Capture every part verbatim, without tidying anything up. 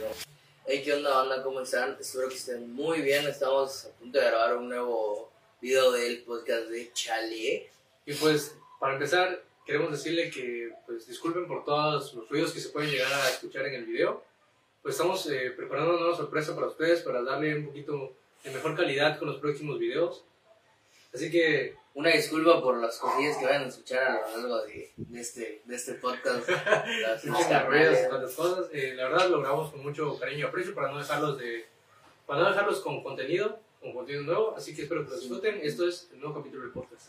Hey, ¿qué onda, banda? ¿Cómo están? Espero que estén muy bien. Estamos a punto de grabar un nuevo video del podcast de Chale. Y pues, para empezar, queremos decirle que pues disculpen por todos los ruidos que se pueden llegar a escuchar en el video. Pues estamos eh, preparando una nueva sorpresa para ustedes, para darle un poquito de mejor calidad con los próximos videos. Así que... una disculpa por las cosillas que vayan a escuchar a lo largo de, de, este, de este podcast. Las ruidos y tantas cosas. Eh, la verdad lo grabamos con mucho cariño y aprecio para no dejarlos de, para no dejarlos con contenido, con contenido nuevo. Así que espero que lo disfruten. Esto es el nuevo capítulo del podcast.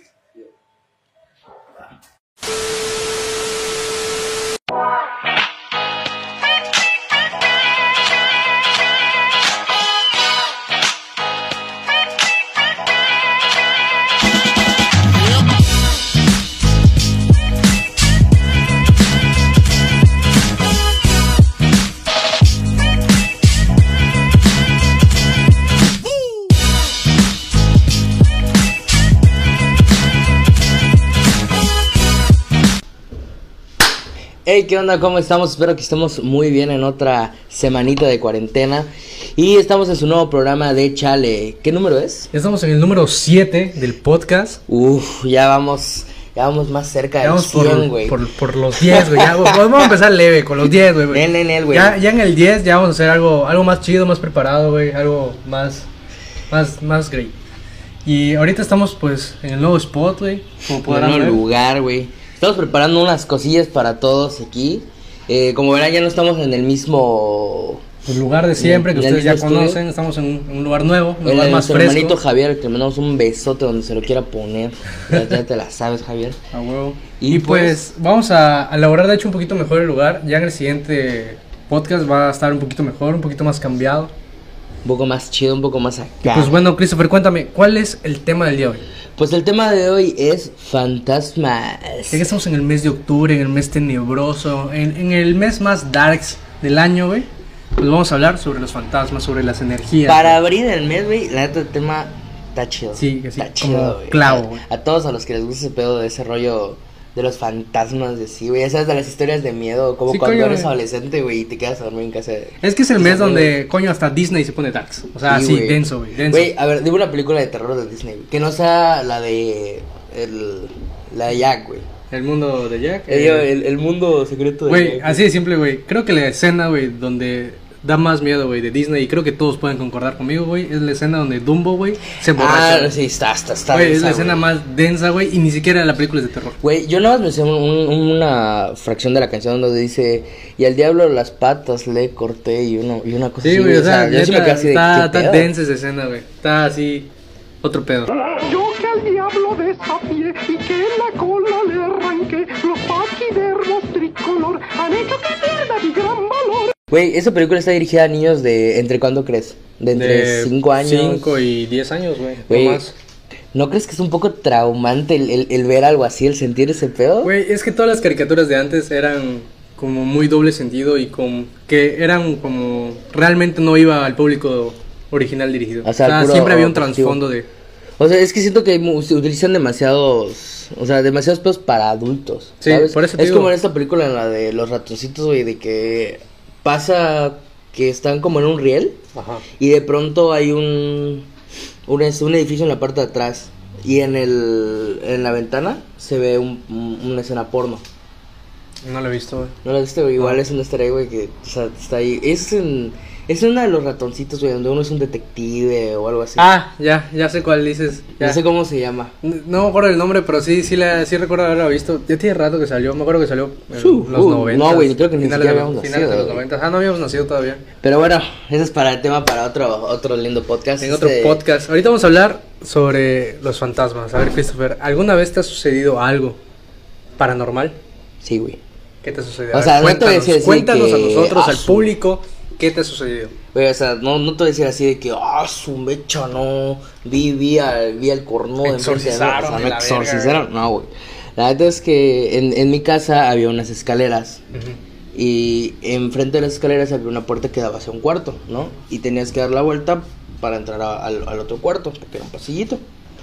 Hey, ¿qué onda? ¿Cómo estamos? Espero que estemos muy bien en otra semanita de cuarentena. Y estamos en su nuevo programa de Chale. ¿Qué número es? Ya estamos en el número siete del podcast. Uf, ya vamos, ya vamos más cerca del cien, güey. Por, por, por los diez, güey. Vamos a empezar leve con los diez, güey. En, en el, güey. Ya, ya en el diez ya vamos a hacer algo, algo más chido, más preparado, güey. Algo más, más, más great. Y ahorita estamos, pues, en el nuevo spot, güey. Como podrán ver. En el lugar, güey. Estamos preparando unas cosillas para todos aquí. Eh, como verán, ya no estamos en el mismo... el lugar de siempre, que ustedes ya conocen. Estudio. Estamos en un, en un lugar nuevo, un el, lugar más fresco. El hermanito Javier, que le mandamos un besote donde se lo quiera poner. Ya, ya te la sabes, Javier. A huevo. Y, y pues, pues vamos a elaborar, de hecho, un poquito mejor el lugar. Ya en el siguiente podcast va a estar un poquito mejor, un poquito más cambiado. Un poco más chido, un poco más acá. Y pues bueno, Christopher, cuéntame, ¿cuál es el tema del día de hoy? Pues el tema de hoy es fantasmas. Ya que estamos en el mes de octubre, en el mes tenebroso, en, en el mes más darks del año, güey, pues vamos a hablar sobre los fantasmas, sobre las energías. Para güey. abrir el mes, güey, la neta el tema está chido. Sí, que sí, está chido, como clavo, güey. A, a todos a los que les gusta ese pedo de ese rollo de los fantasmas, de sí, güey, ya sabes, de las historias de miedo, como sí, cuando coño, eres wey. adolescente, güey, y te quedas a dormir en casa de... Es que es el mes donde, wey. coño, hasta Disney se pone darks, o sea, sí, sí denso, güey, denso. Güey, a ver, dime una película de terror de Disney, wey, que no sea la de... el... la de Jack, güey. ¿El mundo de Jack? El, eh, el, el mundo secreto de wey, Jack. Güey, así de simple, güey, creo que la escena, güey, donde... da más miedo, güey, de Disney, y creo que todos pueden concordar conmigo, güey, es la escena donde Dumbo, güey, se emborracha. Ah, sí, está, está, está güey, es la escena wey. más densa, güey, y ni siquiera la película es de terror. Güey, yo nada más me sé un, un, una fracción de la canción donde dice, y al diablo las patas le corté, y, uno, y una cosa sí, así, güey, o sea, yo sí me quedé así está, de, está densa esa escena, güey, está así, otro pedo. Yo que al diablo desafié y que en la cola le arranqué, los paquidermos tricolor han hecho que pierda mi gran valor. Güey, esa película está dirigida a niños de... ¿entre cuándo crees? De entre cinco años. cinco y diez años, güey. No más. ¿No crees que es un poco traumante el, el, el ver algo así, el sentir ese pedo? Güey, es que todas las caricaturas de antes eran como muy doble sentido y como que eran como... realmente no iba al público original dirigido. O sea, o sea puro, siempre había un trasfondo de... O sea, es que siento que se utilizan demasiados... o sea, demasiados pedos para adultos, sí, ¿sabes? Por eso te es digo. Como en esta película, en la de los ratoncitos, güey, de que... pasa que están como en un riel. Ajá. Y de pronto hay un, un un edificio en la parte de atrás y en el en la ventana se ve un, un, una escena porno. No lo he visto, güey. No lo he visto, güey. Igual no. Es un easter egg, güey, que o sea, está ahí. Es en, es una de los ratoncitos, güey, donde uno es un detective o algo así. Ah, ya, ya sé cuál dices. Ya. No sé cómo se llama. No, no me acuerdo el nombre, pero sí, sí, la, sí recuerdo haberla visto. Ya tiene rato que salió, me acuerdo que salió en uh, los uh, noventas. No, güey, creo que ni siquiera habíamos nacido. Finales de los noventas. Ah, no habíamos nacido todavía. Pero bueno, ese es para el tema, para otro otro lindo podcast. En este... otro podcast. Ahorita vamos a hablar sobre los fantasmas. A ver, Christopher, ¿alguna vez te ha sucedido algo paranormal? Sí, güey. ¿Qué te ha sucedido? O sea, ver, cuéntanos, no te voy a decir cuéntanos que... a nosotros, ah, al público, ¿qué te ha sucedido? Güey, o sea, no, no te voy a decir así de que, ah, su mecha, no, vi, vi, al, vi al cornudo. Me exorcizaron, o sea, me exorcizaron, no, güey. La verdad es que en, en mi casa había unas escaleras. Uh-huh. Y enfrente de las escaleras había una puerta que daba hacia un cuarto, ¿no? Y tenías que dar la vuelta para entrar a, al, al otro cuarto, porque era un pasillito.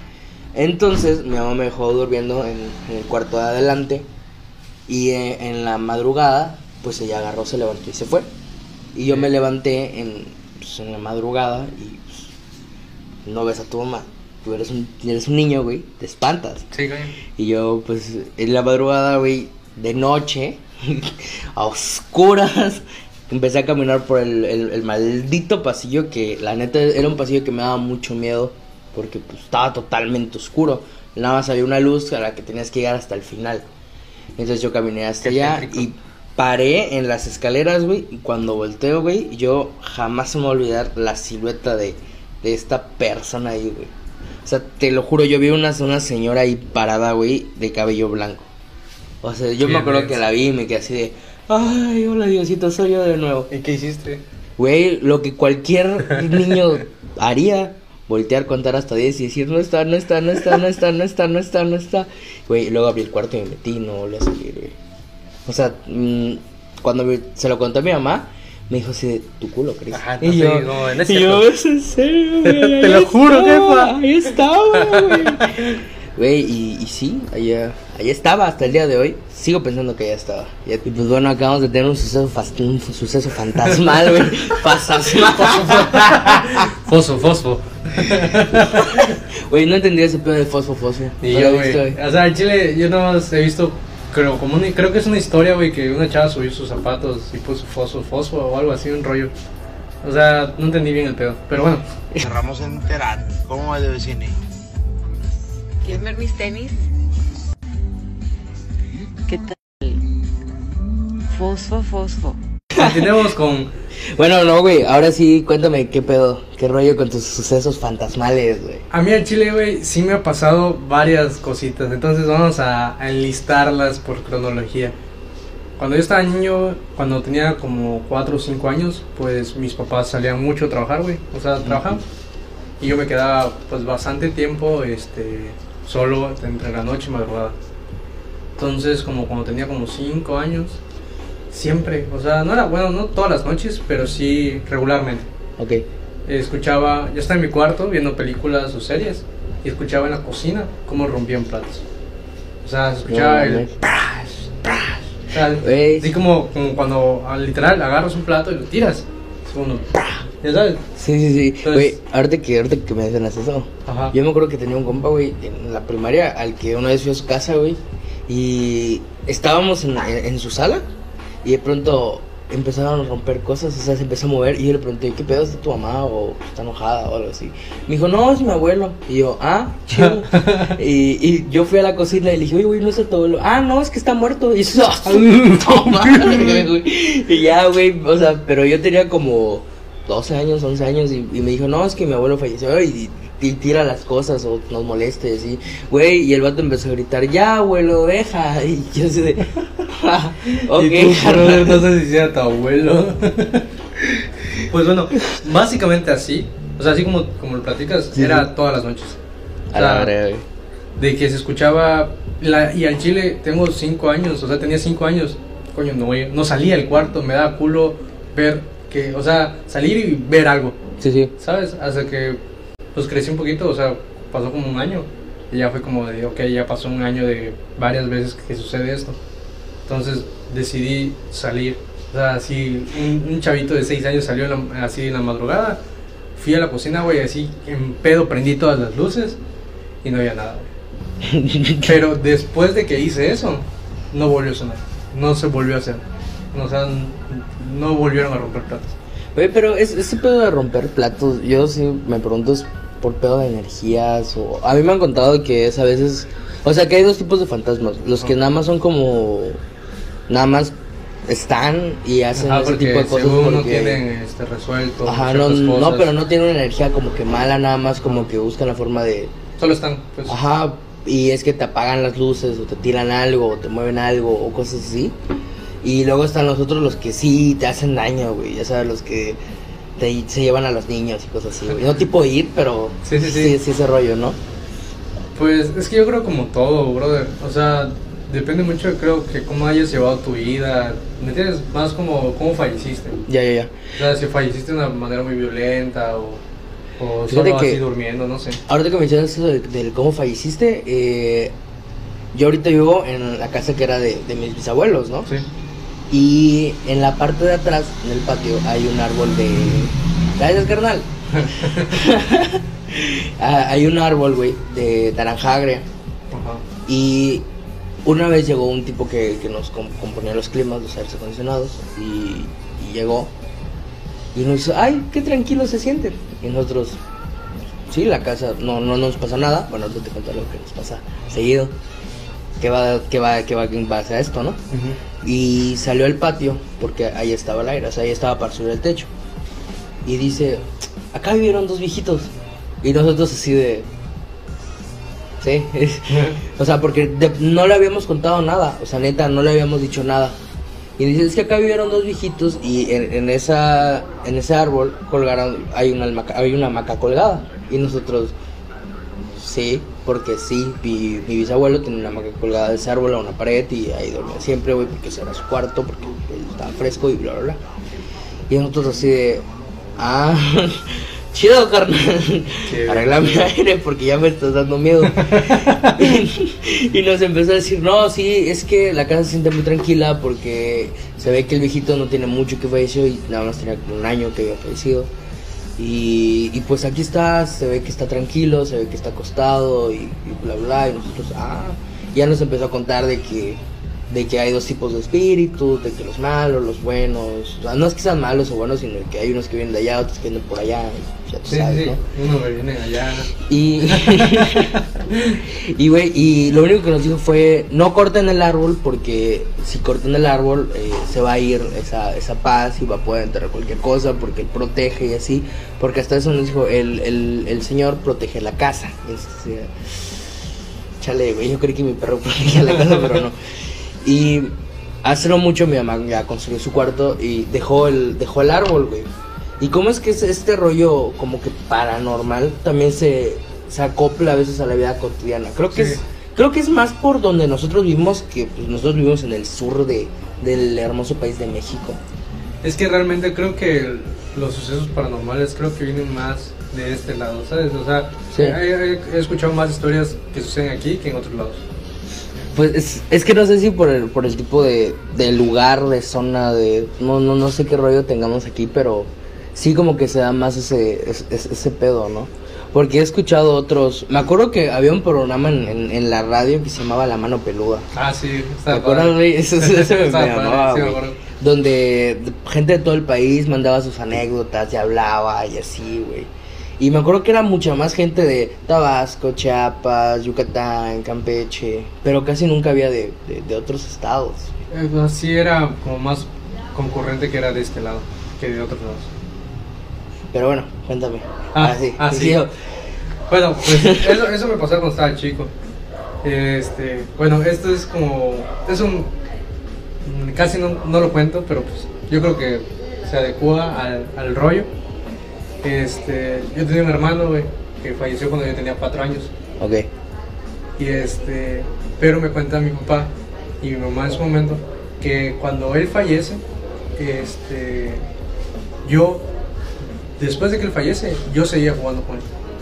Entonces mi mamá me dejó durmiendo en, en el cuarto de adelante. Y eh, en la madrugada, pues ella agarró, se levantó y se fue. Y yo me levanté en, pues, en la madrugada y pues, no ves a tu mamá. Tú eres un, eres un niño, güey, te espantas. Sí, güey. Y yo, pues, en la madrugada, güey, de noche, a oscuras, empecé a caminar por el, el, el maldito pasillo que, la neta, era un pasillo que me daba mucho miedo porque, pues, estaba totalmente oscuro. Nada más había una luz a la que tenías que llegar hasta el final. Entonces yo caminé hasta Qué allá tétrico. y paré en las escaleras, güey, y cuando volteo, güey, yo jamás se me va a olvidar la silueta de, de esta persona ahí, güey. O sea, te lo juro, yo vi una, una señora ahí parada, güey, de cabello blanco. O sea, yo Qué me acuerdo denso. que la vi y me quedé así de, ay, hola Diosito, soy yo de nuevo. ¿Y qué hiciste? Güey, lo que cualquier niño haría, voltear, contar hasta diez y decir, no está, no está, no está, no está, no está, no está, no está. Güey, y luego abrí el cuarto y me metí y no volví a salir, güey. O sea, mmm, cuando me- se lo conté a mi mamá, me dijo así de, tu culo, Cris. Ajá, y no yo, sé, no, no es y cierto. yo, es en serio, güey. Te ahí lo juro, estaba, jefa. Ahí estaba, güey. Güey, y, y sí, allá, allá estaba hasta el día de hoy. Sigo pensando que allá estaba. Y, y pues bueno, acabamos de tener un suceso, fas- un suceso fantasmal, güey. Fantasmal. Fosfo, fosfo. Güey, no entendí ese pedo de fosfo, fosfo. Y No yo, lo he güey. visto, O sea, en Chile yo nada más he visto, creo, como una- creo que es una historia, güey, que una chava subió sus zapatos y puso fosfo, fosfo o algo así, un rollo. O sea, no entendí bien el pedo. Pero bueno, Cerramos en Terán. ¿Cómo va de vecine? ¿Quieres ver mis tenis? ¿Qué tal? Fosfo, fosfo. continuemos con. Bueno, no, güey, ahora sí, cuéntame qué pedo, qué rollo con tus sucesos fantasmales, güey. A mí en Chile, güey, sí me ha pasado varias cositas. Entonces vamos a, a enlistarlas por cronología. Cuando yo estaba niño, cuando tenía como cuatro o cinco años, pues mis papás salían mucho a trabajar, güey. O sea, trabajaban. Y yo me quedaba, pues, bastante tiempo, este, solo entre la noche y madrugada. Entonces, como cuando tenía como cinco años, siempre, o sea, no era, bueno, no todas las noches, pero sí regularmente. Ok. Escuchaba, yo estaba en mi cuarto viendo películas o series y escuchaba en la cocina cómo rompían platos. O sea, se escuchaba No el mames. prash, prash. O sea, Güey. así como, como cuando ah, literal agarras un plato y lo tiras. Es como, ¡prah! Ya sabes. Sí, sí, sí. Entonces- Güey, ahorita que, ahorita que me mencionas eso, Ajá. yo me acuerdo que tenía un compa, güey, en la primaria, al que una vez fui a su casa, güey, y estábamos en, en, en su sala, y de pronto empezaron a romper cosas, o sea, se empezó a mover, y yo le pregunté, ¿qué pedo, está tu mamá, o está enojada, o algo así? Me dijo, no, es mi abuelo, y yo, ah, chido, y, y yo fui a la cocina y le dije, oye, güey, no es tu abuelo, ah, no, es que está muerto, y eso, ¡oh, madre, güey! Y ya, güey, o sea, pero yo tenía como doce años, once años, y, y me dijo, no, es que mi abuelo falleció, y, y tira las cosas, o nos moleste, y así, güey, y el vato empezó a gritar, ya, abuelo, deja, y yo así de, ah, ok, Y tú, carnal. brother, no sé si era tu abuelo. Pues bueno, básicamente así. O sea, así como, como lo platicas, Sí, era sí. todas las noches. O A la sea, verga, güey. de que se escuchaba. La, y en Chile tengo cinco años, o sea, tenía cinco años. Coño, no, voy- no salía del cuarto, me daba culo ver que. O sea, salir y ver algo, Sí, sí. ¿sabes? Hasta que pues crecí un poquito, o sea, pasó como un año. Y ya fue como de, ok, ya pasó un año de varias veces que sucede esto. Entonces decidí salir. O sea, así, un, un chavito de seis años salió en la- así en la madrugada. Fui a la cocina, güey, así en pedo prendí todas las luces y no había nada, güey. Pero después de que hice eso, no volvió a sonar. No se volvió a hacer. O sea, n- no volvieron a romper platos. Güey, pero es, ese pedo de romper platos, yo sí me pregunto es por pedo de energías o... A mí me han contado que es a veces... O sea, que hay dos tipos de fantasmas. Los que Ajá. nada más son como... Nada más están y hacen Ajá, ese porque tipo de cosas según no porque... tienen este, resuelto. Ajá, no, ciertas no, cosas. pero no tienen una energía como que mala, nada más como que buscan la forma de... Solo están, pues. Ajá, y es que te apagan las luces o te tiran algo o te mueven algo o cosas así. Y luego están los otros los que sí te hacen daño, güey. Ya sabes, los que te, se llevan a los niños y cosas así, güey. No tipo ir, pero Sí, sí, sí. sí ese rollo, ¿no? Pues es que yo creo como todo, brother. O sea, depende mucho, creo que cómo hayas llevado tu vida. ¿Me entiendes? Más como cómo falleciste. Ya, ya, ya. O sea, si falleciste de una manera muy violenta o, o Fíjate solo que- así durmiendo, no sé. Ahorita que mencionas eso del, del cómo falleciste, eh, yo ahorita vivo en la casa que era de, de mis bisabuelos, ¿no? Sí. Y en la parte de atrás, en el patio, hay un árbol de... ¿Sabes, carnal? Ah, hay un árbol, güey, de naranja agria. Ajá. Y una vez llegó un tipo que, que nos comp- componía los climas, los aires acondicionados. Y, y llegó y nos dice, ay, qué tranquilo se sienten. Y nosotros, sí, la casa, no, no nos pasa nada. Bueno, ahorita te cuento lo que nos pasa seguido. Que va, que va, que va en base a esto, ¿no? Uh-huh. Y salió al patio, porque ahí estaba el aire, o sea, ahí estaba para subir el techo. Y dice, acá vivieron dos viejitos. Y nosotros así de... Sí, o sea, porque de- no le habíamos contado nada, o sea, neta, no le habíamos dicho nada. Y dice, es que acá vivieron dos viejitos y en, en esa en ese árbol colgaron, hay una, almaca- hay una hamaca colgada. Y nosotros, sí, porque sí, mi, mi bisabuelo tiene una hamaca colgada de ese árbol a una pared y ahí dormía siempre, güey, porque ese era su cuarto, porque pues, estaba fresco y bla, bla, bla. Y nosotros así de, ah, chido, carnal, Qué arreglame el aire porque ya me estás dando miedo. y, y nos empezó a decir, no, sí, es que la casa se siente muy tranquila porque se ve que el viejito no tiene mucho que falleció y nada más tenía como un año que había fallecido. Y, y pues aquí está, se ve que está tranquilo, se ve que está acostado y, y bla bla. Y nosotros, ah, ya nos empezó a contar de que de que hay dos tipos de espíritus, de que los malos, los buenos, o sea, no es que sean malos o buenos, sino que hay unos que vienen de allá, otros que vienen por allá, y ya tú Sí, sabes, sí, ¿no? uno me viene allá. Y, y güey, y lo único que nos dijo fue, no corten el árbol, porque si cortan el árbol, eh, se va a ir esa, esa paz y va a poder entrar cualquier cosa, porque él protege y así, porque hasta eso nos dijo, el, el, el señor protege la casa. Y es, o sea, chale, güey, yo creí que mi perro protegía la casa, pero no. Y hace no mucho mi mamá ya construyó su cuarto y dejó el, dejó el árbol, güey. Y cómo es que es este rollo como que paranormal también se, se acopla a veces a la vida cotidiana. Creo que Sí. es, creo que es más por donde nosotros vivimos, que pues, nosotros vivimos en el sur de, del hermoso país de México. Es que realmente creo que el- los sucesos paranormales creo que vienen más de este lado, ¿sabes? O sea, Sí. he, he- he escuchado más historias que suceden aquí que en otros lados. Pues es, es que no sé si por el, por el tipo de, de lugar, de zona, de... No, no, no sé qué rollo tengamos aquí, pero sí como que se da más ese, ese, ese pedo, ¿no? Porque he escuchado otros... Me acuerdo que había un programa en, en, en la radio que se llamaba La Mano Peluda. Ah, sí, ¿Te está acuerdas, güey? Eso, eso, eso me, Estaba me padre, amaba, sí, me güey. acuerdo. Donde gente de todo el país mandaba sus anécdotas y hablaba y así, güey. Y me acuerdo que era mucha más gente de Tabasco, Chiapas, Yucatán, Campeche, pero casi nunca había de, de, de otros estados. Eh, pues, sí era como más concurrente que era de este lado que de otros lados. Pero bueno, cuéntame. Ah, sí, ah, sí. yo- Bueno, pues eso, eso me pasó cuando estaba chico. Este, bueno, esto es como, es un, mm, casi no, no lo cuento, pero pues yo creo que se adecua al, al rollo. Este, yo tenía un hermano, güey, que falleció cuando yo tenía cuatro años. Ok. Y este, pero me cuenta mi papá y mi mamá en su momento que cuando él fallece, este, yo, después de que él fallece, yo seguía jugando con él.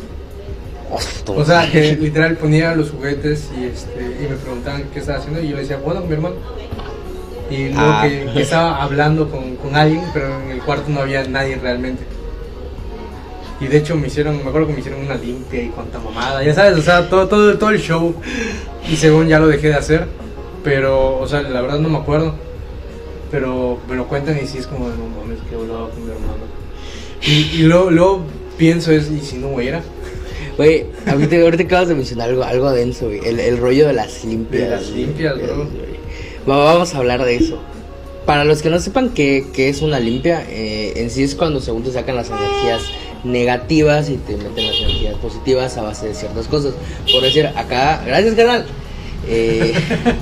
O sea, que literal ponía los juguetes y este y me preguntaban qué estaba haciendo y yo le decía, bueno, con mi hermano. Y luego Ah. que, que estaba hablando con, con alguien, pero en el cuarto no había nadie realmente. Y de hecho me hicieron, me acuerdo que me hicieron una limpia y cuanta mamada, ya sabes, o sea, todo, todo, todo el show. Y según ya lo dejé de hacer, pero, o sea, la verdad no me acuerdo. Pero me lo cuentan y sí es como de, no mames, que volaba con mi hermano. Y, y luego, luego pienso, es, ¿y si no era? Güey, ahorita, ahorita acabas de mencionar algo, algo denso, güey. El, el rollo de las limpias. De las limpias, bro. güey. Va- Vamos a hablar de eso. Para los que no sepan qué, qué es una limpia, eh, en sí es cuando según te sacan las energías negativas y te meten las energías positivas a base de ciertas cosas. Por decir, acá, gracias canal. Eh,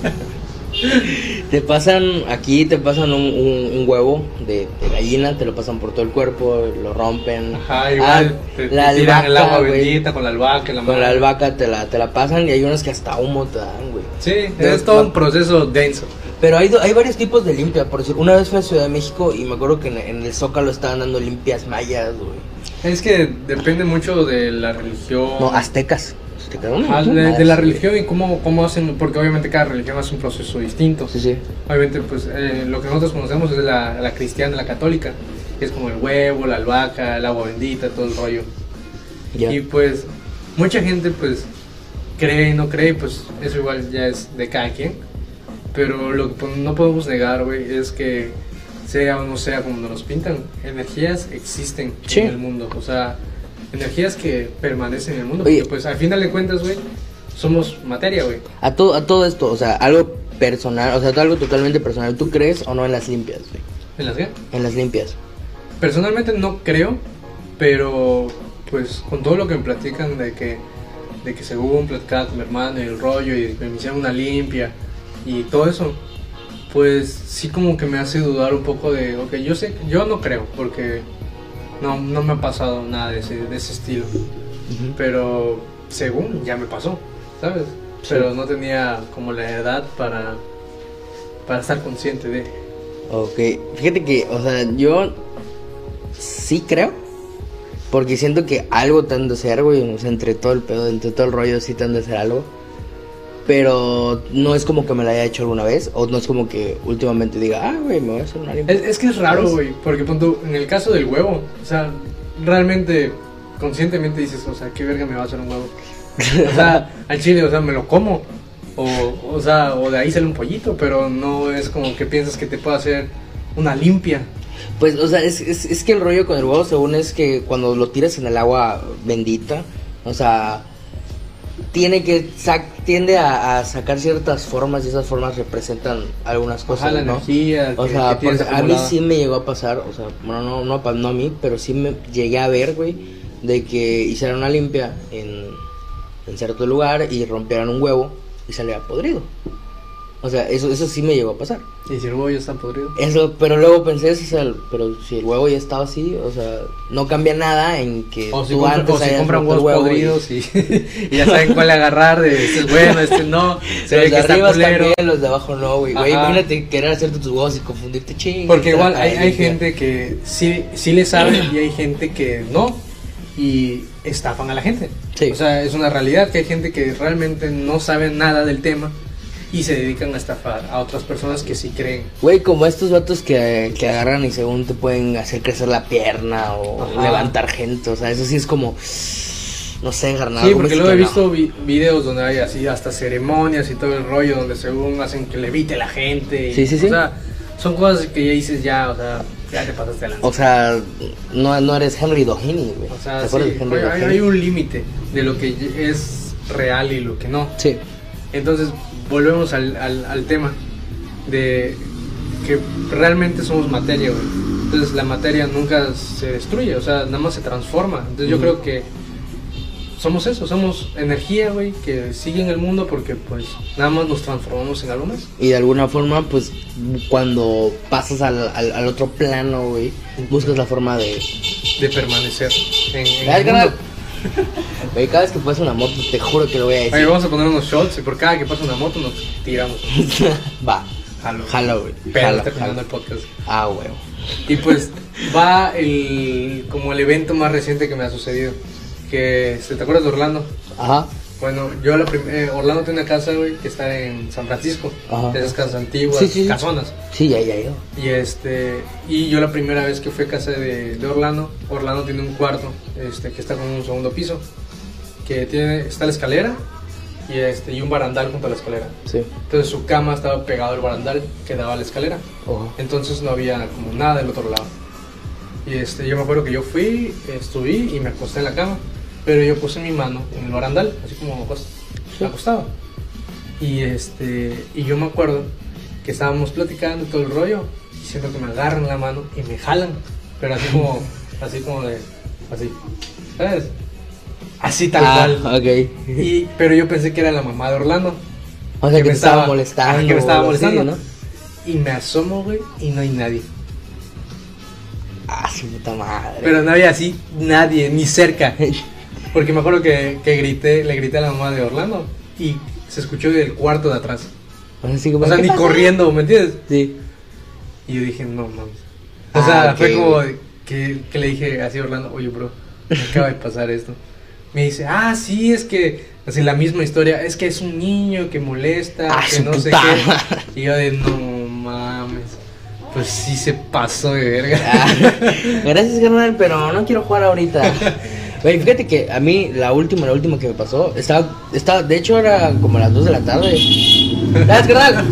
te pasan, aquí te pasan un, un, un huevo de, de gallina, te lo pasan por todo el cuerpo, lo rompen. Ajá, igual Ah, te, te la tiran el albahaca, agua güey. bendita con la albahaca, la Con la madre. albahaca te la, te la pasan y hay unos que hasta humo te dan, güey. Sí, Pero- es todo un proceso denso. Pero hay, do- hay varios tipos de limpia, por decir, una vez fui a Ciudad de México y me acuerdo que en, en el Zócalo estaban dando limpias mayas, güey. Es que depende mucho de la religión. No, aztecas. aztecas no, Ah, no, de, de la sí. religión y cómo, cómo hacen, porque obviamente cada religión hace un proceso distinto. Sí, sí. Obviamente, pues eh, lo que nosotros conocemos es la, la cristiana, la católica, que es como el huevo, la albahaca, el agua bendita, todo el rollo. Ya. Y pues, mucha gente, pues, cree y no cree, pues eso igual ya es de cada quien. Pero lo que pues, no podemos negar, güey, es que sea o no sea como nos pintan, energías existen Sí. en el mundo. O sea, energías que permanecen en el mundo. Oye. Porque pues al final de cuentas, güey, somos materia, güey. A todo, a todo esto, o sea, algo personal, o sea, algo totalmente personal. ¿Tú crees o no en las limpias, güey? ¿En las qué? En las limpias. Personalmente no creo, pero pues con todo lo que me platican de que, de que según platicaba con mi hermano y el rollo y me hicieron una limpia y todo eso, pues sí como que me hace dudar un poco de, ok, yo sé, yo no creo porque no, no me ha pasado nada de ese, de ese estilo, Ujú. pero según ya me pasó, ¿sabes? Sí. Pero no tenía como la edad para, para estar consciente de... Ok, fíjate que, o sea, yo sí creo, porque siento que algo te han de ser, güey, o sea, entre todo el pedo, entre todo el rollo sí te han de ser algo, pero no es como que me lo haya hecho alguna vez, o no es como que últimamente diga, ah, güey, me voy a hacer una limpia. Es, es que es raro, ¿Sabes? güey, porque pon tú, en el caso del huevo, o sea, realmente, conscientemente dices, o sea, ¿qué verga me va a hacer un huevo? O sea, al chile, o sea, me lo como, o, o sea, o de ahí sale un pollito, pero no es como que piensas que te pueda hacer una limpia. Pues, o sea, es, es, es que el rollo con el huevo, según es que cuando lo tiras en el agua bendita, o sea, tiene que sac tiende a, a sacar ciertas formas y esas formas representan algunas cosas, Ojalá la ¿no? energía O que- sea, que tienes porque a mí acumulada. sí me llegó a pasar, o sea, bueno, no, no, pa- no a mí, pero sí me llegué a ver, güey, de que hicieran una limpia en, en cierto lugar y rompieran un huevo y salía podrido. O sea, eso, eso sí me llegó a pasar. Y si el huevo ya está podrido. Eso, pero luego pensé, o sea, pero si el huevo ya estaba así, o sea, no cambia nada en que O si, tú compra- antes o si hayas compran roto el huevos huevo y- podridos y, y ya saben cuál agarrar, de este es bueno, este no, se ve Los que de está arriba están culero. bien, los de abajo no, güey. Güey, Ajá. imagínate querer hacerte tus huevos y confundirte ching. Porque y igual estar hay, acá hay limpia. gente que sí, sí le sabe y hay gente que no y estafan a la gente. Sí. O sea, es una realidad que hay gente que realmente no sabe nada del tema y se dedican a estafar a otras personas que sí creen. Güey, como estos vatos que, que agarran y según te pueden hacer crecer la pierna o Ajá. levantar gente, o sea, eso sí es como, no sé, carnal. Sí, algo porque luego he mexicano. visto vi- videos donde hay así hasta ceremonias y todo el rollo donde según hacen que levite la gente. y- Sí, sí, sí. O sea, son cosas que ya dices ya, o sea, ya te pasaste la. O sea, no, no eres Henry Doheny, güey. O sea, ¿Te sí, acuerdas de Henry hay, hay- Doheny? hay un límite de lo que es real y lo que no. Sí. Entonces, volvemos al, al, al tema de que realmente somos materia, güey. Entonces, la materia nunca se destruye, o sea, nada más se transforma. Entonces, yo Ujú. creo que somos eso, somos energía, güey, que sigue en el mundo porque, pues, nada más nos transformamos en algo más. Y de alguna forma, pues, cuando pasas al, al, al otro plano, güey, buscas la forma de... De permanecer en, en Ay, el carnal. mundo. Güey, cada vez que pasa una moto, te juro que lo voy a decir. Oye, vamos a poner unos shots y por cada que pasa una moto nos tiramos. Va. Jalo. Jalo, güey. Pero Jalo, terminando jalo. el podcast. Ah, güey. Y pues va el como el evento más reciente que me ha sucedido. Que, ¿te acuerdas de Orlando? Ajá. Bueno, yo la prim- eh, Orlando tiene una casa, güey, que está en San Francisco. Ajá. De esas casas antiguas, Sí, sí, sí. casonas. Sí, ya, ya, ya. Y este y yo la primera vez que fui a casa de, de Orlando, Orlando tiene un cuarto este que está con un segundo piso, que tiene está la escalera y este y un barandal junto a la escalera. Sí. Entonces su cama estaba pegado al barandal que daba a la escalera. Ojo. Entonces no había como nada del otro lado. Y este, yo me acuerdo que yo fui, estuve y me acosté en la cama. Pero yo puse mi mano en el barandal, así como acost- Sí. acostado. Y este, y yo me acuerdo que estábamos platicando y todo el rollo. Y siento que me agarran la mano y me jalan. Pero así como, así como de, así. ¿Sabes? Así tal Ah, cual. ok. Y, pero yo pensé que era la mamá de Orlando. O sea, que, me te estaba estaba- molestando. ajá, que me estaba o algo así, molestando. ¿no? Y me asomo, güey, y no hay nadie. Ah, su puta madre. Pero no había así nadie, ni cerca. Porque me acuerdo que, que grité, le grité a la mamá de Orlando y se escuchó del cuarto de atrás. O sea, así como, O sea, ¿qué ni pasó? corriendo, ¿me entiendes? Sí. Y yo dije, no mames. O Ah, sea, ok, fue como güey. que, que le dije así a Orlando, oye, bro, me acaba de pasar esto. Me dice, ah, sí, es que, así la misma historia, es que es un niño que molesta, ah, que no sé puta. qué. Y yo de, no mames, pues sí se pasó de verga. Ah, gracias, carnal, pero no quiero jugar ahorita. Güey, fíjate que a mí la última, la última que me pasó, estaba, estaba, de hecho era como las dos de la tarde. Gracias, carnal.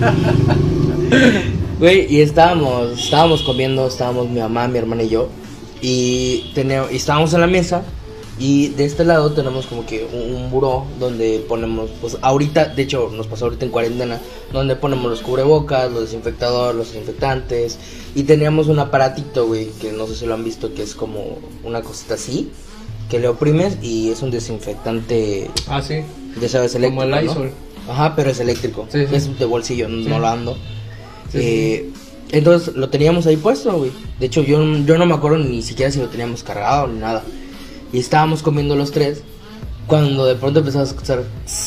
Güey, y estábamos, estábamos comiendo, estábamos mi mamá, mi hermana y yo. Y, teníamos, y estábamos en la mesa. Y de este lado tenemos como que un, un buró donde ponemos, pues ahorita, de hecho nos pasó ahorita en cuarentena, donde ponemos los cubrebocas, los desinfectadores, los desinfectantes. Y teníamos un aparatito, güey, que no sé si lo han visto, que es como una cosita así, que le oprimes y es un desinfectante, Ah, sí, ya sabes, eléctrico, como el Lysol. ¿no? Ajá, pero es eléctrico, Sí, sí. es de bolsillo, no, Sí. no lo ando. Sí, eh, entonces lo teníamos ahí puesto, güey. De hecho yo, yo no me acuerdo ni siquiera si lo teníamos cargado ni nada. Y estábamos comiendo los tres, cuando de pronto empezamos a escuchar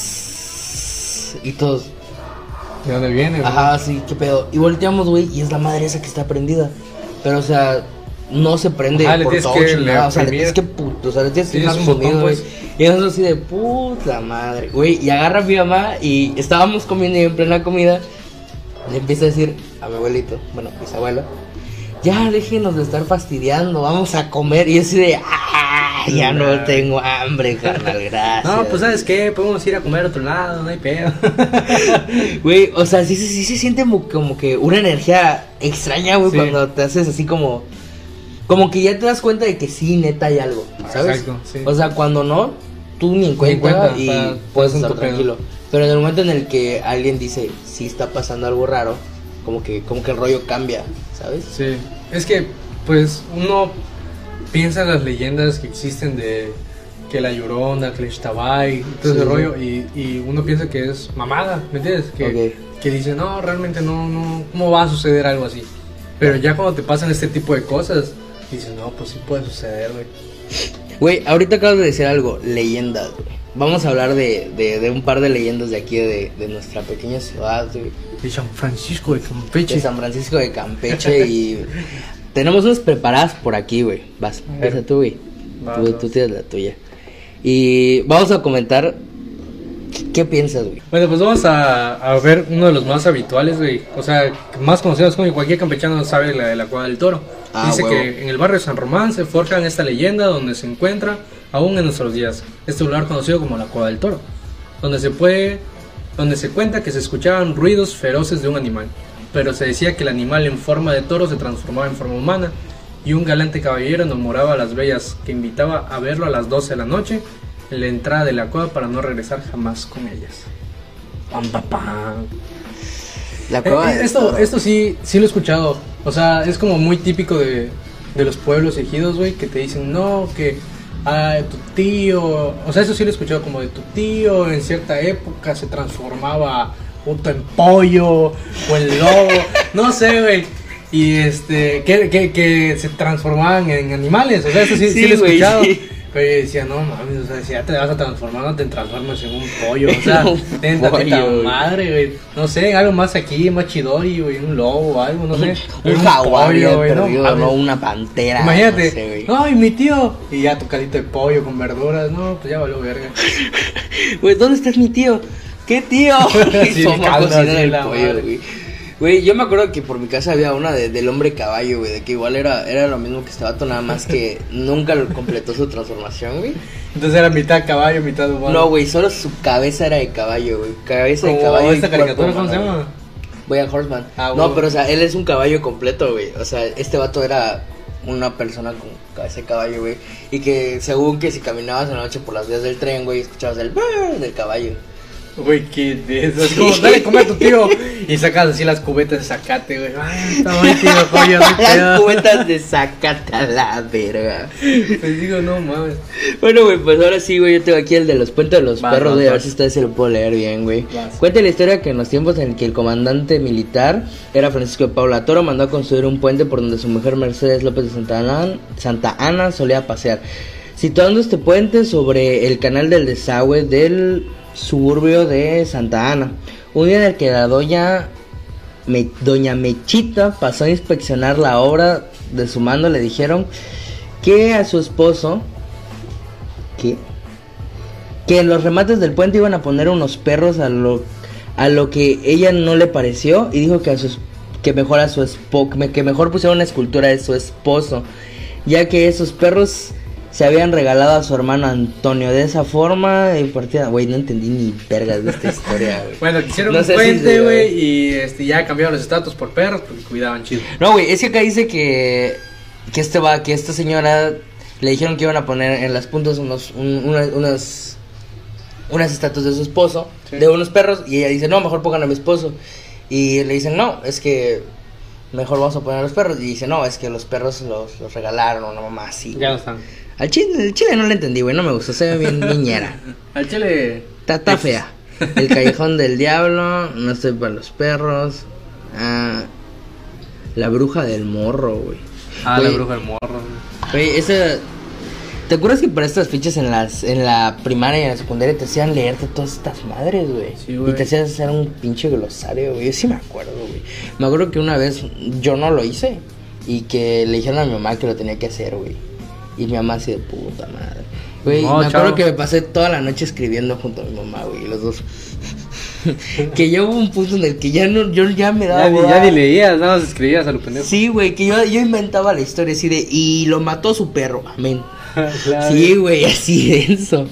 y todos, ¿De dónde viene, güey? ajá, sí, qué pedo. Y volteamos, güey, y es la madre esa que está prendida. Pero, o sea, no se prende Ajá, le por tienes touch que ni nada. O sea, le oprimir. tienes que puto, o sea, le tienes que Sí, dejar es un botón, sumido, güey. pues. Y nosotros así de puta madre, güey. Y agarra a mi mamá y estábamos comiendo y en plena comida le empieza a decir a mi abuelito, bueno, mis abuelos, ya déjenos de estar fastidiando, vamos a comer. Y yo así de, ah, ya no tengo hambre, carnal, gracias. No, pues ¿sabes qué? Podemos ir a comer a otro lado, no hay pedo. Güey, o sea, sí, sí, sí se siente mu- como que una energía extraña, güey, Sí. cuando te haces así como... Como que ya te das cuenta de que sí, neta, hay algo, ¿sabes? Exacto, sí. O sea, cuando no, tú ni en cuenta, cuenta, y o sea, puedes estás en estar tu pedo. tranquilo. Pero en el momento en el que alguien dice, sí está pasando algo raro, como que, como que el rollo cambia, ¿sabes? Sí, es que, pues, uno piensa en las leyendas que existen de que la Llorona, que el Ixtabay, todo Sí, ese sí. rollo, y, y uno piensa que es mamada, ¿me entiendes? Que, Ok. que dice, no, realmente no, no, ¿cómo va a suceder algo así? Pero ya cuando te pasan este tipo de cosas, dices, no, pues sí puede suceder, güey. Güey, ahorita acabas de decir algo, leyendas, güey. Vamos a hablar de, de, de un par de leyendas de aquí, de, de nuestra pequeña ciudad, güey. De San Francisco de De Campeche. San Francisco de Campeche y tenemos unas preparadas por aquí, güey. Vas, A ver. empieza tú, güey. Vas, Tú, vas. tú tienes la tuya. Y vamos a comentar qué, qué piensas, güey. Bueno, pues vamos a, a ver uno de los más habituales, güey. O sea, más conocidos, como cualquier campechano sabe, la de la Cueva del Toro. Ah, Dice huevo. que en el barrio de San Román se forjan esta leyenda donde se encuentra aún en nuestros días. Este lugar conocido como la Cueva del Toro, donde se puede, donde se cuenta que se escuchaban ruidos feroces de un animal, pero se decía que el animal en forma de toro se transformaba en forma humana y un galante caballero enamoraba a las bellas que invitaba a verlo a las doce de la noche en la entrada de la cueva para no regresar jamás con ellas. Pam, pam, pam. La cueva Eh, del esto, Toro. esto sí, sí lo he escuchado. O sea, es como muy típico de, de los pueblos ejidos, güey, que te dicen, no, que ah, tu tío, o sea, eso sí lo he escuchado como de tu tío en cierta época se transformaba puto en pollo o en lobo, no sé, güey. Y este, que, que, que se transformaban en animales, o sea, eso sí, sí, Sí, lo he güey, escuchado. sí. Pero yo decía, no mames, o sea, si ya te vas a transformar, no te transformes en un pollo, o sea, Un ten tantita pollo, güey. madre, güey. No sé, algo más aquí, más chidori, güey, un lobo o algo, no sé. Un Pero jaguar pollo, bien güey, no perdido, mames. no, una pantera. Imagínate, no sé, güey. ay, mi tío, y ya tu calito de pollo con verduras, no, pues ya valió verga. Güey, ¿dónde estás mi tío? ¿Qué tío? Sí, Somos caldo cocinar así, el la pollo, madre. güey. Güey, yo me acuerdo que por mi casa había una de, del hombre caballo, güey, de que igual era, era lo mismo que este vato, nada más que nunca lo completó su transformación, güey. Entonces era mitad caballo, mitad humano. No, güey, solo su cabeza era de caballo, güey. Cabeza de Como caballo. y esta cuerpo caricatura, ¿cómo se humano, llama? güey. Bojack Horseman. Ah, no, huevo. pero o sea, él es un caballo completo, güey. O sea, este vato era una persona con cabeza de caballo, güey. Y que según que si caminabas en la noche por las vías del tren, güey, escuchabas el brrr del caballo. Güey, qué de eso. Es como, dale, come a tu tío. Y sacas así las cubetas de zacate, güey. Ay, está muy tío, pollo, no hay Las pedo. cubetas de sácate a la verga. Les digo, no mames. Bueno, güey, pues ahora sí, güey, yo tengo aquí el de los puentes de los Vas, perros, vas, güey, a ver vas. si ustedes se lo puedo leer bien, güey. Vas. Cuenta la historia que en los tiempos en que el comandante militar era Francisco de Paula Toro, mandó a construir un puente por donde su mujer Mercedes López de Santa Ana, Santa Ana solía pasear, situando este puente sobre el canal del desagüe del suburbio de Santa Ana. Un día en el que la doña, Me- doña Mechita pasó a inspeccionar la obra de su mando, le dijeron que a su esposo ¿Qué? Que en los remates del puente iban a poner unos perros a lo a lo que ella no le pareció y dijo que a sus que mejor a su esposo, que mejor pusiera una escultura de su esposo, ya que esos perros se habían regalado a su hermano Antonio de esa forma y partida, güey, no entendí ni vergas de esta historia, güey. Bueno, quisieron No un sé si puente, se- güey, y este, ya cambiaron los estatus por perros porque cuidaban chido. No, güey, es que acá dice que que este va, que esta señora le dijeron que iban a poner en las puntas unos un- una- unas unas estatuas de su esposo, Sí. de unos perros, y ella dice, "No, mejor pongan a mi esposo." Y le dicen, "No, es que mejor vamos a poner a los perros." Y dice, "No, es que los perros los, los regalaron a una mamá así." Ya no están. Al chile, el chile no le entendí, güey, no me gustó, se ve bien niñera. Al chile. Está, está fea. El callejón del diablo, no estoy para los perros. Ah, la bruja del morro, güey. Ah, la Güey, bruja del morro. Güey, esa... ¿Te acuerdas que para estas fichas en las en la primaria y en la secundaria te hacían leerte todas estas madres, güey? Sí, güey. Y te hacían hacer un pinche glosario, güey. Yo sí me acuerdo, güey. Me acuerdo que una vez yo no lo hice y que le dijeron a mi mamá que lo tenía que hacer, güey. Y mi mamá así de puta madre. Güey, No, me acuerdo chavo. que me pasé toda la noche escribiendo junto a mi mamá, güey, y los dos. Que ya hubo un punto en el que ya no, yo ya me daba Ya, ni- hueva. ya ni leías, nada más escribías a lo pendejo. Sí, güey, que yo, yo inventaba la historia así de, y lo mató su perro, amén. Claro. Sí, güey, así denso.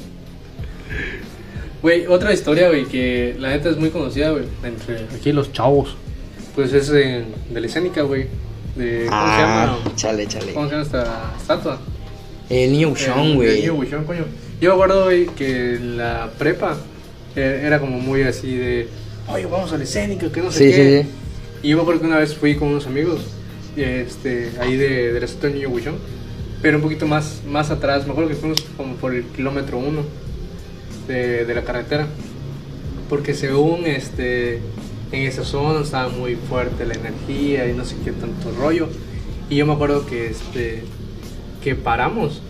Güey, otra historia, güey, que la neta es muy conocida, güey, entre aquí los chavos. Pues es de, de la escénica, güey. De, ¿Cómo se llama? Chale, chale. ¿Cómo se llama esta estatua? El niño El- buchón, el güey. niño buchón, coño. Yo me acuerdo, güey, que en la prepa eh, era como muy así de, oye, vamos a la escénica, que no sé Sí, qué. sí, sí. Y yo me acuerdo que una vez fui con unos amigos, este, ahí de, de la estatua del niño buchón, pero un poquito más, más atrás. Me acuerdo que fuimos como por el kilómetro uno de, de la carretera, porque según este, en esa zona estaba muy fuerte la energía y no sé qué tanto rollo. Y yo me acuerdo que este que paramos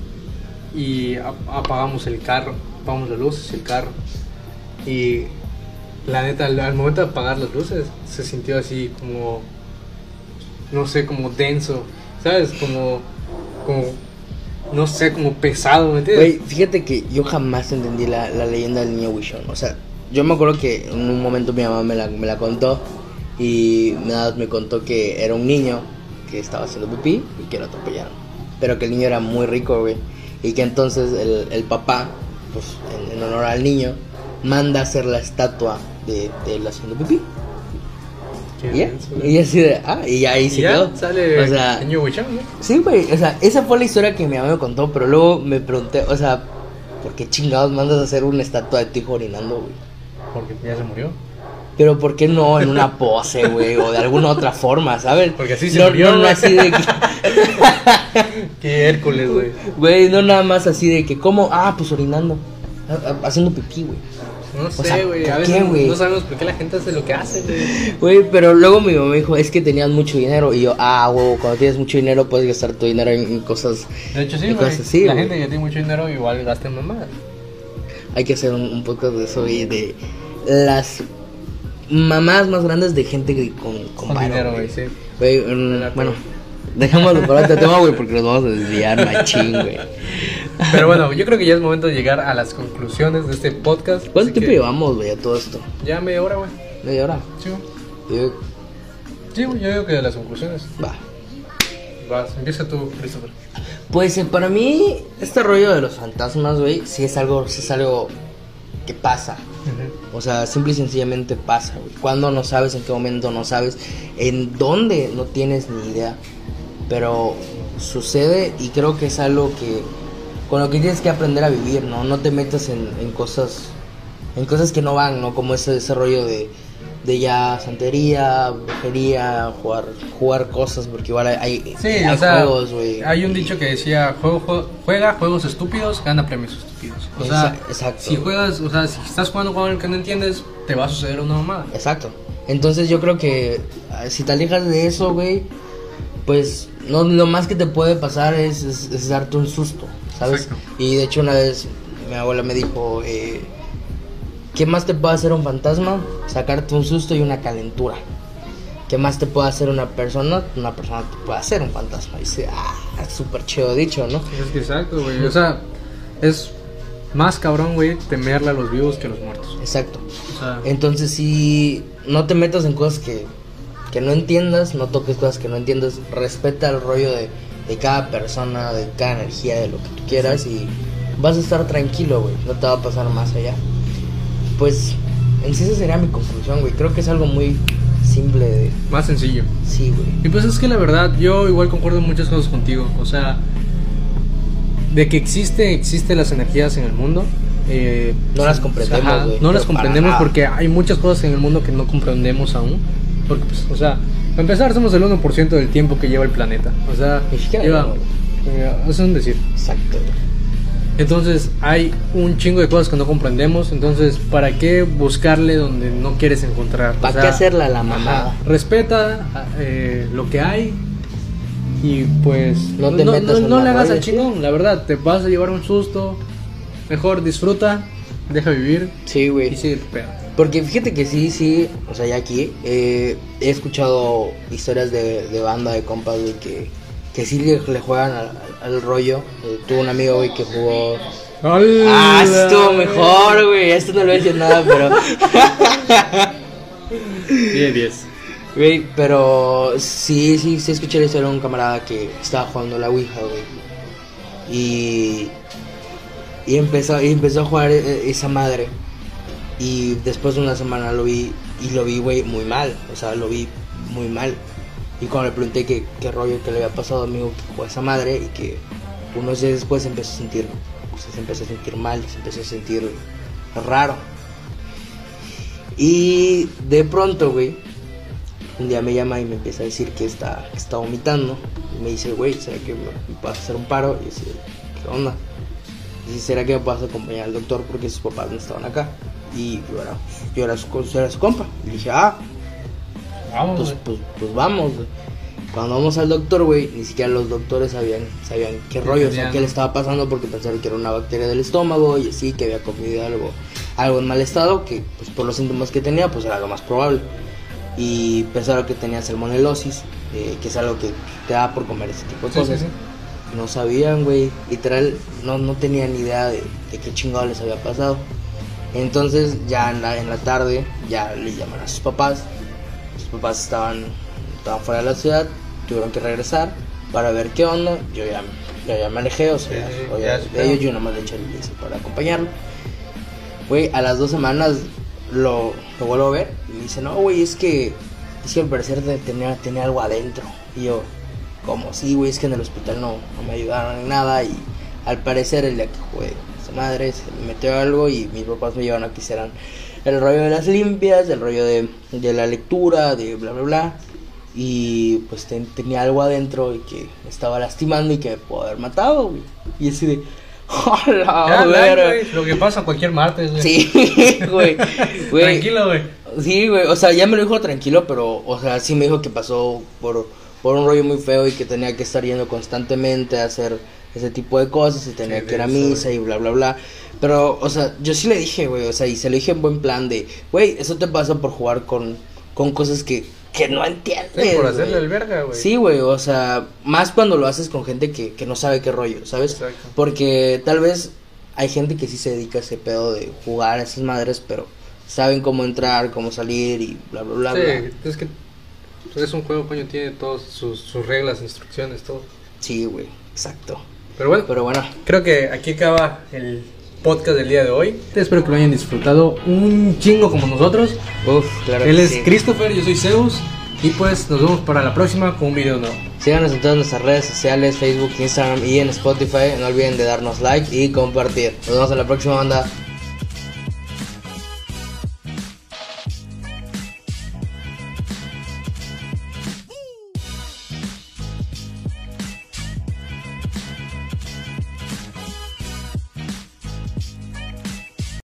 y a- apagamos el carro, apagamos las luces del carro. Y la neta, al, al momento de apagar las luces, se sintió así como, no sé, como denso, ¿sabes? Como, como, no sé, como pesado, ¿me entiendes? Güey, fíjate que yo jamás entendí la, la leyenda del niño buchón. O sea, yo me acuerdo que en un momento mi mamá me la, me la contó y me, me contó que era un niño que estaba haciendo pipí y que lo atropellaron. Pero que el niño era muy rico, güey. Y que entonces el, el papá, pues en, en honor al niño, manda a hacer la estatua de, de él haciendo pipí. Qué Y ya, denso, güey. y así de, ah, y ahí Y se ya quedó. sale O sea, el niño buchón, ¿no? sí, güey, o sea, esa fue la historia que mi mamá me contó, pero luego me pregunté, o sea, ¿por qué chingados mandas a hacer una estatua de tu hijo orinando, güey? Porque ya se murió. Pero ¿por qué no en una pose, güey? O de alguna otra forma, ¿sabes? Porque así se no, murió, no, no güey. así de que... Qué Hércules, güey. Güey, no nada más así de que, ¿cómo? Ah, pues orinando. Ha- ha- Haciendo pipí, güey. No O sé, sea, güey. ¿por A qué, veces güey? no sabemos por qué la gente hace lo que hace, güey. Güey, pero luego mi mamá me dijo, es que tenías mucho dinero. Y yo, ah, huevo, cuando tienes mucho dinero puedes gastar tu dinero en, en cosas... De hecho, sí, en güey. cosas así, La güey. gente que tiene mucho dinero igual gasta en mamadas. Hay que hacer un, un podcast de eso, güey, de las mamás más grandes de gente que con, con, Con varo, dinero, güey, sí. Güey, mm, bueno, dejémoslo para otro tema, güey, porque nos vamos a desviar machín, güey. Pero bueno, yo creo que ya es momento de llegar a las conclusiones de este podcast. ¿Cuánto así tiempo que llevamos, güey, a todo esto? Ya media hora, güey. ¿Media hora? Sí, güey. Yo- Sí, güey, yo digo que de las conclusiones. Va. Vas, empieza tú, Christopher. Pues eh, para mí, este rollo de los fantasmas, güey, sí es algo, sí es algo que pasa. O sea, simple y sencillamente pasa, güey. Cuando no sabes, en qué momento no sabes, en dónde no tienes ni idea. Pero sucede y creo que es algo que con lo que tienes que aprender a vivir, ¿no? No te metas en, en cosas en cosas que no van, ¿no? Como ese, ese rollo de, de ya santería, brujería, jugar jugar cosas, porque igual hay, hay, Sí, hay o sea, juegos, güey. hay un dicho que decía, juego, juego- juega juegos estúpidos, gana premios estúpidos. O sea, Exa- exacto. si juegas, o sea, si estás jugando con algo que no entiendes, te va a suceder una mamada. Exacto. Entonces yo creo que ah, si te alejas de eso, güey, pues no, lo más que te puede pasar es, es, es darte un susto, ¿sabes? Exacto. Y de hecho una vez mi abuela me dijo, eh, ¿qué más te puede hacer un fantasma? Sacarte un susto y una calentura. ¿Qué más te puede hacer una persona? Una persona te puede hacer un fantasma. Y dice, ah, súper chido dicho, ¿no? Es que exacto, güey. O sea, es más cabrón, güey, temerle a los vivos que a los muertos. Exacto. O sea, Entonces sí, no te metas en cosas que, que no entiendas, no toques cosas que no entiendas, respeta el rollo de, de cada persona, de cada energía, de lo que tú quieras y vas a estar tranquilo, güey, no te va a pasar más allá. Pues en sí esa sería mi conclusión, güey, creo que es algo muy simple de... más sencillo. Sí, güey. Y pues es que la verdad, yo igual concuerdo en muchas cosas contigo. O sea, de que existe, existen las energías en el mundo. Eh, No las comprendemos, ajá, güey, no las pero comprendemos para nada. porque hay muchas cosas en el mundo que no comprendemos aún. Porque, pues, o sea, para empezar, somos el uno por ciento del tiempo que lleva el planeta. O sea, Ni siquiera lleva, lleva, eh, eso es un decir. Exacto, güey. Entonces, hay un chingo de cosas que no comprendemos. Entonces, ¿para qué buscarle donde no quieres encontrar? O ¿Para sea, qué hacerla la ajá, mamada? respeta eh, lo que hay. Y pues No te metas en no la le hagas raya, al chingón, la verdad, te vas a llevar un susto. Mejor disfruta, deja vivir Sí, güey. y sigue tu pedo. Porque fíjate que sí, sí, o sea, ya aquí eh, he escuchado historias de, de banda, de compas, güey, que, que sí le, le juegan al, al rollo. Eh, tuve un amigo, güey, que jugó... Ah, sí estuvo mejor, güey, esto no le voy a decir nada, pero... diez diez. Güey, pero sí, sí, sí escuché la historia de un camarada que estaba jugando la Ouija, güey. Y... Y empezó, y empezó a jugar eh, esa madre. Y después de una semana lo vi, y lo vi, güey, muy mal. O sea, lo vi muy mal. Y cuando le pregunté qué, qué rollo que le había pasado a mi amigo que jugó esa madre, y que unos días después se empezó a sentir, o sea, se empezó a sentir mal, se empezó a sentir raro. Y de pronto, güey, un día me llama y me empieza a decir que está, que está vomitando. Y me dice, güey, ¿será que me, me puedes hacer un paro? Y yo dice, ¿qué onda? Y dice, ¿será que me puedes acompañar al doctor? Porque sus papás no estaban acá. Y yo era, yo era, su, yo era su compa. Y dije, ah, Vamos, pues, güey. pues, pues vamos, güey. Cuando vamos al doctor, güey, ni siquiera los doctores sabían, sabían qué rollo, o sea, qué le estaba pasando, porque pensaron que era una bacteria del estómago y así, que había comido algo, algo en mal estado, que pues por los síntomas que tenía, pues era lo más probable. Y pensaron que tenía salmonelosis, eh, que es algo que te da por comer ese tipo de Sí, cosas. sí, sí. No sabían, güey, literal, no, no tenían ni idea de, de qué chingado les había pasado. Entonces ya en la, en la tarde ya le llaman a sus papás. Sus papás estaban, estaban fuera de la ciudad, tuvieron que regresar para ver qué onda. Yo ya, yo ya manejé, o sea, Sí, sí, o ya ya- es de ellos pedo. yo nomás le eché el bici para acompañarlo. Güey, a las dos semanas lo, lo vuelvo a ver y me dice, no, güey, es que, es que al parecer te- tenía, tenía algo adentro. Y yo, ¿cómo? Sí, güey, es que en el hospital no, no me ayudaron en nada y al parecer el día que jugué esa madre se me metió algo y mis papás me llevaron a que hicieran el rollo de las limpias, el rollo de, de la lectura, de bla bla bla. Y pues ten- tenía algo adentro y que me estaba lastimando y que me pudo haber matado, güey. Y así de, ¡hola, Ya, verga! güey, lo que pasa cualquier martes, güey. Sí, güey. güey. Tranquilo, güey. Sí, güey, o sea, ya me lo dijo tranquilo, pero, o sea, sí me dijo que pasó por, por un rollo muy feo y que tenía que estar yendo constantemente a hacer ese tipo de cosas y tenía Sí, que ir a denso, misa güey. y bla, bla, bla. Pero, o sea, yo sí le dije, güey, o sea, y se lo dije en buen plan de, güey, eso te pasa por jugar con, con cosas que, que no entiendes. Sí, por hacerle güey. el verga, güey. Sí, güey, o sea, más cuando lo haces con gente que, que no sabe qué rollo, ¿sabes? Exacto. Porque tal vez hay gente que sí se dedica a ese pedo de jugar a esas madres, pero saben cómo entrar, cómo salir y bla, bla, bla, Sí, bla. es que pues, es un juego, coño, tiene todas sus, sus reglas, instrucciones, todo. Sí, güey, exacto. Pero bueno, Pero bueno, creo que aquí acaba el podcast del día de hoy. Espero que lo hayan disfrutado un chingo como nosotros. uff, claro Él que es sí. Christopher, yo soy Zeus. Y pues nos vemos para la próxima con un video nuevo. Síganos en todas nuestras redes sociales, Facebook, Instagram y en Spotify. No olviden de darnos like y compartir. Nos vemos en la próxima, banda.